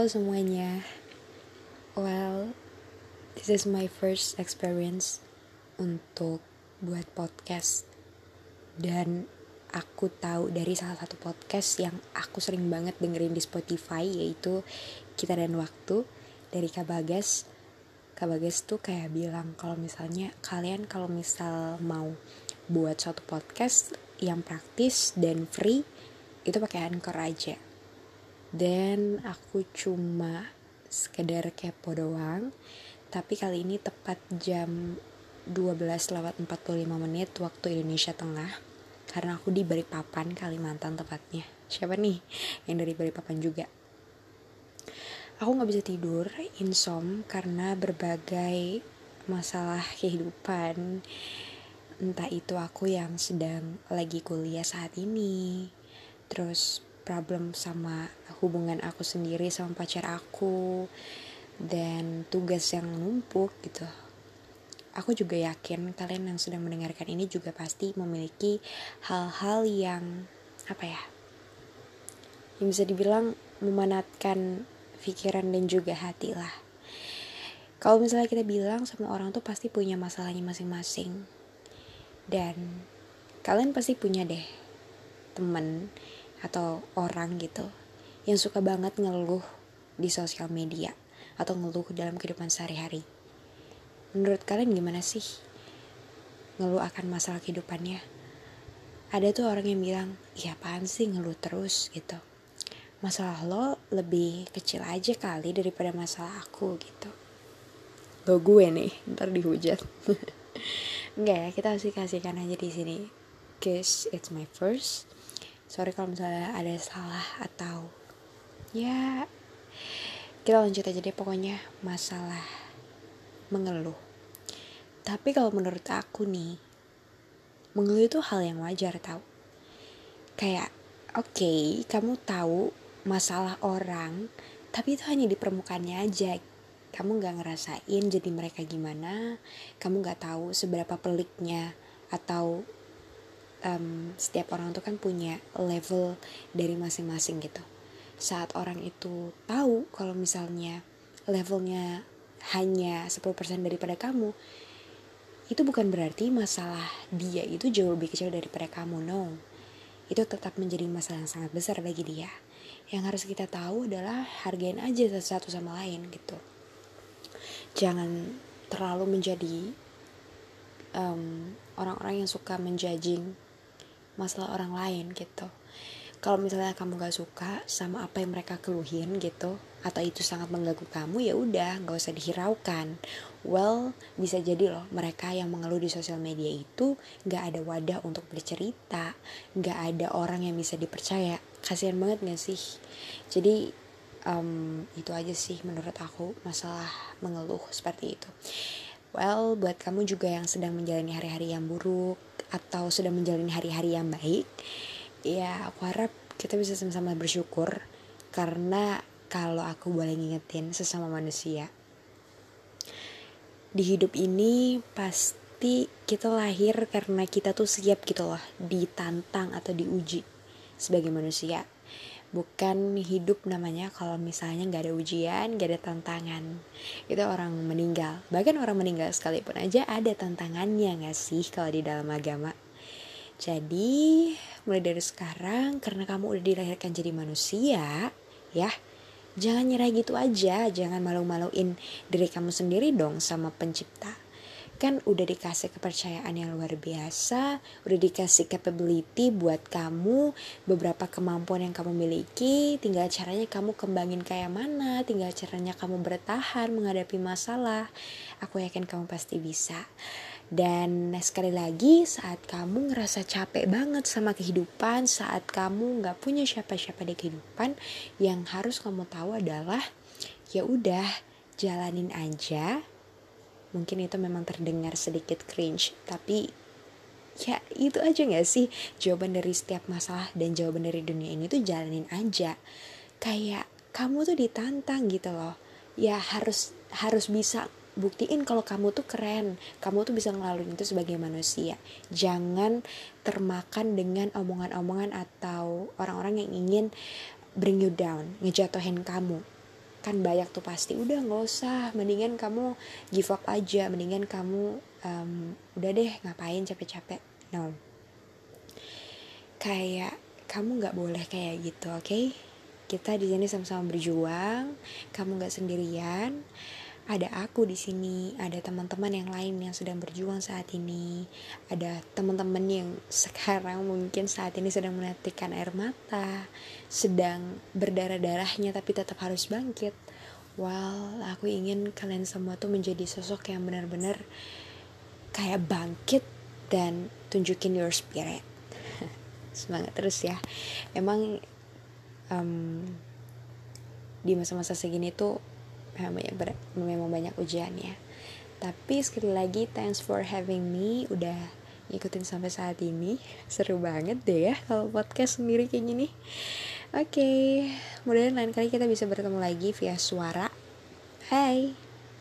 Halo semuanya. Well, this is my first experience untuk buat podcast. Dan aku tahu dari salah satu podcast yang aku sering banget dengerin di Spotify, yaitu Kita dan Waktu dari Kak Bagas. Kak Bagas tuh kayak bilang kalau misalnya kalian kalau misal mau buat suatu podcast yang praktis dan free, itu pakai Anchor aja. Dan aku cuma sekedar kepo doang. Tapi kali ini tepat jam 12:45 waktu Indonesia Tengah. Karena aku di Balikpapan, Kalimantan tepatnya. Siapa nih yang dari Balikpapan juga? Aku gak bisa tidur, insom, karena berbagai masalah kehidupan. Entah itu aku yang sedang lagi kuliah saat ini, terus problem sama hubungan aku sendiri sama pacar aku, dan tugas yang numpuk gitu. Aku juga yakin kalian yang sedang mendengarkan ini juga pasti memiliki hal-hal yang yang bisa dibilang memanatkan pikiran dan juga hati lah. Kalau misalnya kita bilang semua orang tuh pasti punya masalahnya masing-masing, dan kalian pasti punya deh temen atau orang gitu yang suka banget ngeluh di sosial media atau ngeluh dalam kehidupan sehari-hari. Menurut kalian gimana sih ngeluh akan masalah kehidupannya? Ada tuh orang yang bilang, iya apaan sih ngeluh terus gitu, masalah lo lebih kecil aja kali daripada masalah aku gitu. Lo gue nih ntar dihujat. Enggak ya, kita harus kasihkan aja di sini, cause it's my first. Sorry kalau misalnya ada salah atau ya, kita lanjut aja deh pokoknya masalah mengeluh. Tapi kalau menurut aku nih, mengeluh itu hal yang wajar tau. Kayak oke, kamu tahu masalah orang, tapi itu hanya di permukaannya aja. Kamu gak ngerasain jadi mereka gimana, kamu gak tahu seberapa peliknya. Atau setiap orang tuh kan punya level dari masing-masing gitu. Saat orang itu tahu kalau misalnya levelnya hanya 10% daripada kamu, itu bukan berarti masalah dia itu jauh lebih kecil daripada kamu, no. Itu tetap menjadi masalah yang sangat besar bagi dia. Yang harus kita tahu adalah hargain aja satu sama lain gitu. Jangan terlalu menjadi orang-orang yang suka menjudging masalah orang lain gitu. Kalau misalnya kamu gak suka sama apa yang mereka keluhin gitu, atau itu sangat mengganggu kamu, ya udah gak usah dihiraukan. Well, bisa jadi loh mereka yang mengeluh di sosial media itu gak ada wadah untuk bercerita, gak ada orang yang bisa dipercaya. Kasian banget gak sih? Jadi itu aja sih menurut aku masalah mengeluh seperti itu. Well, buat kamu juga yang sedang menjalani hari-hari yang buruk atau sedang menjalani hari-hari yang baik, ya aku harap kita bisa sama-sama bersyukur. Karena kalau aku boleh ngingetin sesama manusia, di hidup ini pasti kita lahir karena kita tuh siap gitu loh ditantang atau diuji sebagai manusia. Bukan hidup namanya kalau misalnya gak ada ujian, gak ada tantangan. Itu orang meninggal. Bahkan orang meninggal sekalipun aja ada tantangannya gak sih kalau di dalam agama. Jadi mulai dari sekarang, karena kamu udah dilahirkan jadi manusia, ya jangan nyerah gitu aja. Jangan malu-maluin diri kamu sendiri dong sama pencipta. Kan udah dikasih kepercayaan yang luar biasa, udah dikasih capability buat kamu, beberapa kemampuan yang kamu miliki, tinggal caranya kamu kembangin kayak mana, tinggal caranya kamu bertahan menghadapi masalah. Aku yakin kamu pasti bisa. Dan sekali lagi, saat kamu ngerasa capek banget sama kehidupan, saat kamu gak punya siapa-siapa di kehidupan, yang harus kamu tahu adalah ya udah jalanin aja. Mungkin itu memang terdengar sedikit cringe, tapi ya itu aja gak sih jawaban dari setiap masalah dan jawaban dari dunia ini tuh jalanin aja. Kayak kamu tuh ditantang gitu loh. Ya harus bisa buktiin kalau kamu tuh keren, kamu tuh bisa ngelaluin itu sebagai manusia. Jangan termakan dengan omongan-omongan atau orang-orang yang ingin bring you down, ngejatuhin kamu. kan banyak tuh pasti, udah nggak usah, mendingan kamu give up aja, mendingan kamu udah deh ngapain capek-capek. No, kayak kamu nggak boleh kayak gitu, oke? Kita di sini sama-sama berjuang, kamu nggak sendirian. Ada aku di sini, ada teman-teman yang lain yang sedang berjuang saat ini, ada teman-teman yang sekarang mungkin saat ini sedang menetikan air mata, sedang berdarah-darahnya tapi tetap harus bangkit. Well, aku ingin kalian semua tuh menjadi sosok yang benar-benar kayak bangkit dan tunjukin your spirit. Semangat terus ya. Emang di masa-masa segini tuh memang banyak ujian ya. Tapi sekali lagi thanks for having me, udah ngikutin sampai saat ini. Seru banget deh ya kalau podcast sendiri kayak gini. Oke, mudah-mudahan lain kali kita bisa bertemu lagi via suara. Hai.